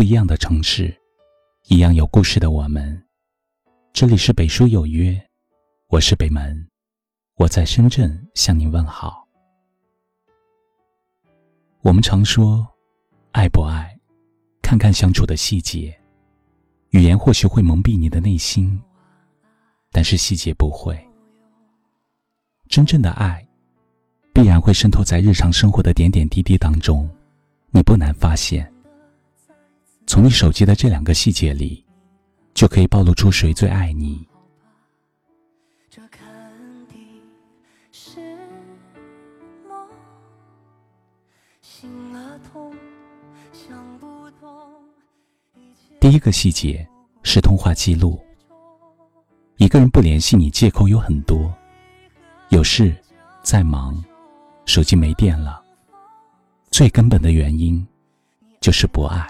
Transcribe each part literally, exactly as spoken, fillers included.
不一样的城市，一样有故事的我们。这里是北书有约，我是北门，我在深圳向您问好。我们常说，爱不爱，看看相处的细节。语言或许会蒙蔽你的内心，但是细节不会。真正的爱，必然会渗透在日常生活的点点滴滴当中，你不难发现。从你手机的这两个细节里，就可以暴露出谁最爱你。 这肯定是梦，醒了痛，想不通。 第一个细节是通话记录。一个人不联系你，借口有很多，有事，在忙，手机没电了。最根本的原因就是不爱。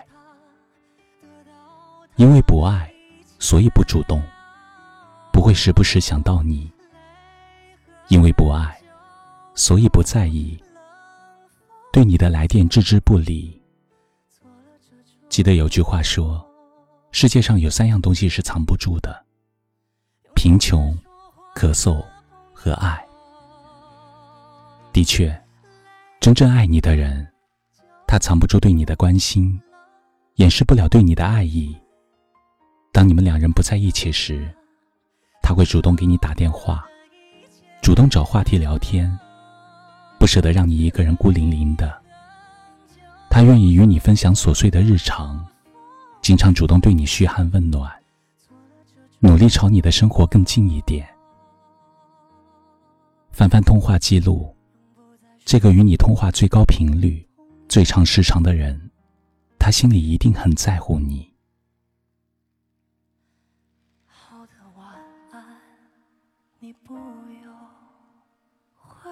因为不爱，所以不主动，不会时不时想到你。因为不爱，所以不在意，对你的来电置之不理。记得有句话说，世界上有三样东西是藏不住的：贫穷、咳嗽和爱。的确，真正爱你的人，他藏不住对你的关心，掩饰不了对你的爱意。当你们两人不在一起时，他会主动给你打电话，主动找话题聊天，不舍得让你一个人孤零零的。他愿意与你分享琐碎的日常，经常主动对你嘘寒问暖，努力朝你的生活更近一点。翻翻通话记录，这个与你通话最高频率、最长时长的人，他心里一定很在乎你。 好的晚安，你不用回。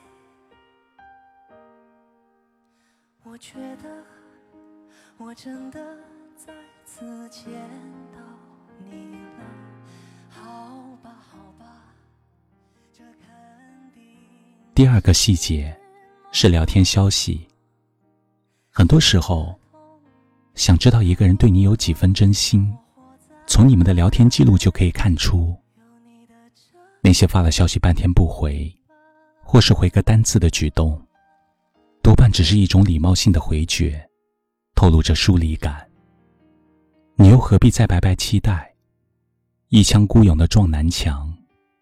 我觉得我真的再次见到你了，好吧好吧，这肯定。 第二个细节是聊天消息。很多时候，想知道一个人对你有几分真心，从你们的聊天记录就可以看出。那些发了消息半天不回，或是回个单字的举动，多半只是一种礼貌性的回绝，透露着疏离感。你又何必再白白期待，一腔孤勇的撞南墙？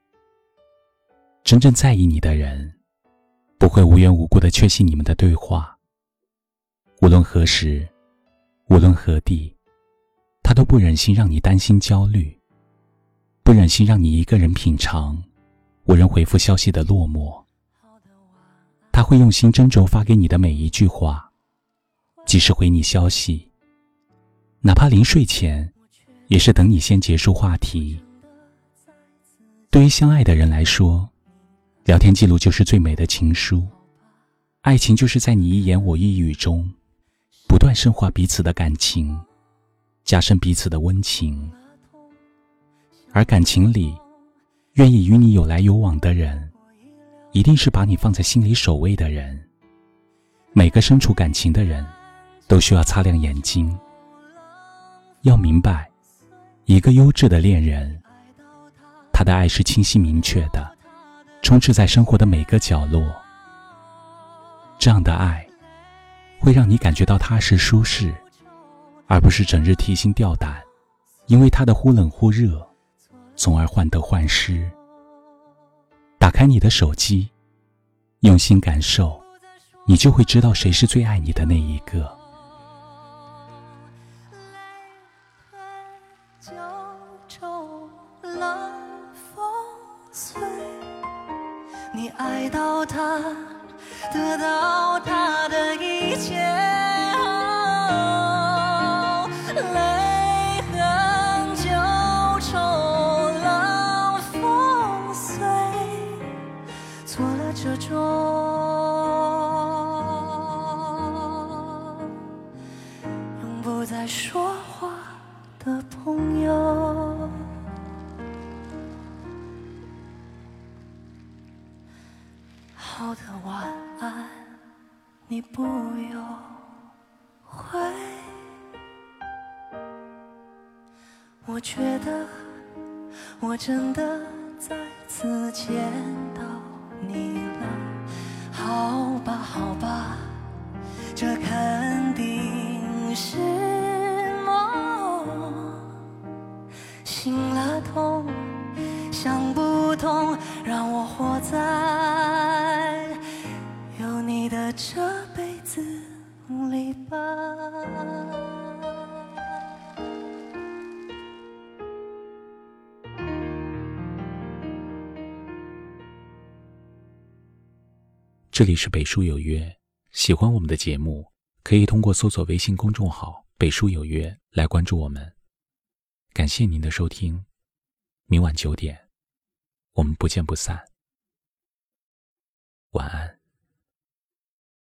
真正在意你的人，不会无缘无故地缺席你们的对话。无论何时，无论何地，他都不忍心让你担心焦虑，不忍心让你一个人品尝无人回复消息的落寞。他会用心斟酌发给你的每一句话，及时回你消息，哪怕临睡前，也是等你先结束话题。对于相爱的人来说，聊天记录就是最美的情书。爱情就是在你一言我一语中，不断深化彼此的感情，加深彼此的温情。而感情里，愿意与你有来有往的人，一定是把你放在心里首位的人。每个身处感情的人，都需要擦亮眼睛。要明白，一个优质的恋人，他的爱是清晰明确的，充斥在生活的每个角落。这样的爱，会让你感觉到踏实舒适，而不是整日提心吊胆，因为他的忽冷忽热，从而患得患失。打开你的手机，用心感受，你就会知道谁是最爱你的那一个。 就抽了风碎，你爱到他，得到他的一切，哦，泪痕就抽了风碎，做了这种永不再说话的朋友。好的晚安，你不用回。 我觉得我真的再次见到你了，好吧好吧，这肯定是梦。醒了痛，想不通，让我活在有你的这辈子里吧。 这里是北书有约，喜欢我们的节目，可以通过搜索微信公众号北书有约来关注我们。感谢您的收听，明晚九点，我们不见不散。晚安。